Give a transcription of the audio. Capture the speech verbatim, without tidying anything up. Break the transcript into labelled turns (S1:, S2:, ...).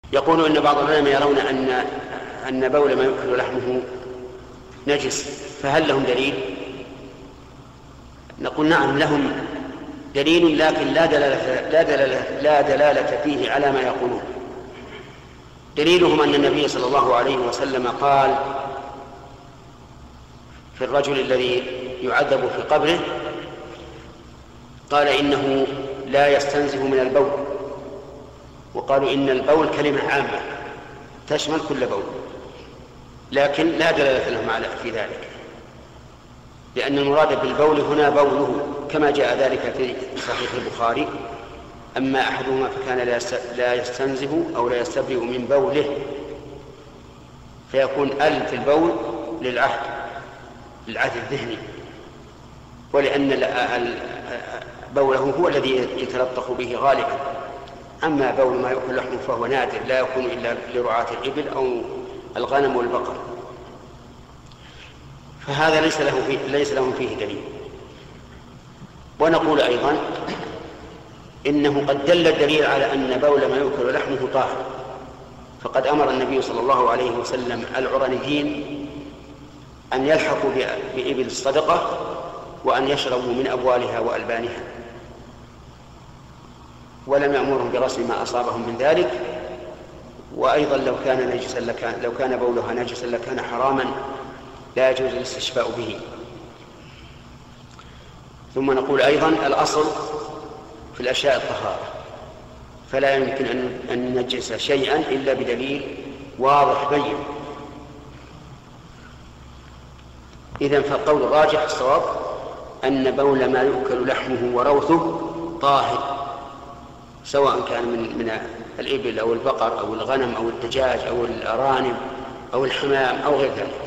S1: يقول إن بعض العلماء يرون أن أن بول ما يؤكل لحمه نجس، فهل لهم دليل؟ نقول نعم لهم دليل، لكن لا دلالة, لا دلالة, لا دلالة فيه على ما يقولون. دليلهم أن النبي صلى الله عليه وسلم قال في الرجل الذي يعذب في قبره، قال إنه لا يستنزه من البول، وقالوا إن البول كلمة عامة تشمل كل بول، لكن لا دلالة لهم على في ذلك، لأن المراد بالبول هنا بوله كما جاء ذلك في صحيح البخاري. أما أحدهما فكان لا يستنزه أو لا يستبرئ من بوله، فيكون ال في البول للعهد للعهد الذهني، ولأن بوله هو الذي يتلطخ به غالبا. أما بول ما يأكل لحمه فهو نادر، لا يكون إلا لرعاة الإبل أو الغنم والبقر، فهذا ليس له فيه ليس لهم فيه دليل. ونقول أيضا إنه قد دل الدليل على أن بول ما يؤكل لحمه طاهر، فقد أمر النبي صلى الله عليه وسلم العرنيين أن يلحقوا بإبل الصدقة وأن يشربوا من أبوالها وألبانها، ولم يأمرهم بغسل ما أصابهم من ذلك. وأيضا لو كان نجسا لكان لو كان بولها نجسا لكان حراما لا يجوز الاستشفاء به. ثم نقول أيضا الأصل في الأشياء الطهارة، فلا يمكن أن ننجس شيئا إلا بدليل واضح بين. إذن فالقول الراجح الصواب أن بول ما يؤكل لحمه وروثه طاهر، سواء كان من من الإبل أو البقر أو الغنم أو الدجاج أو الأرانب أو الحمام أو غير ذلك.